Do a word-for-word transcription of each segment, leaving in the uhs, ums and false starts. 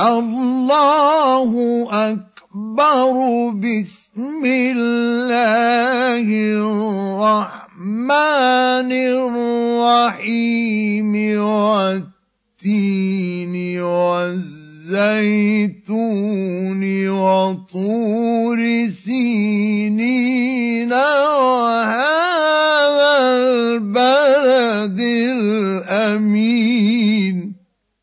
الله أكبر. بسم الله الرحمن الرحيم. والتين والزيتون وطور سينين وهذا البلد الأمين.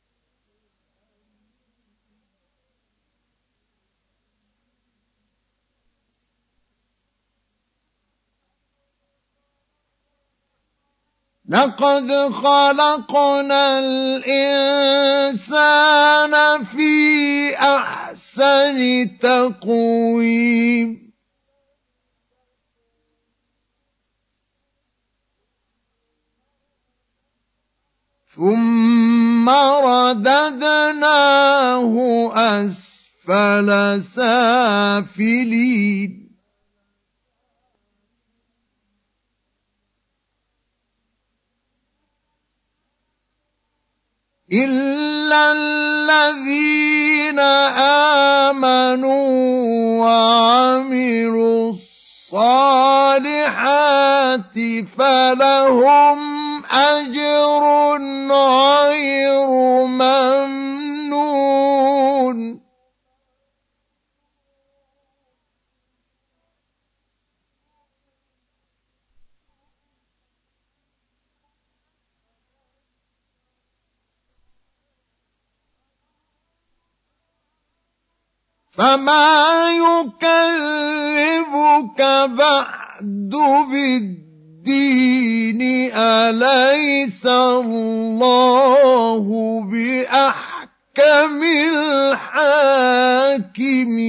لقد خلقنا الإنسان في أحسن تقويم. ثم رددناه أسفل سافلين. إلا الذين آمنوا وعملوا الصالحات فلهم أجر غير ممنون. فما يكذبك بعد بالدين. أليس الله بأحكم الحاكمين.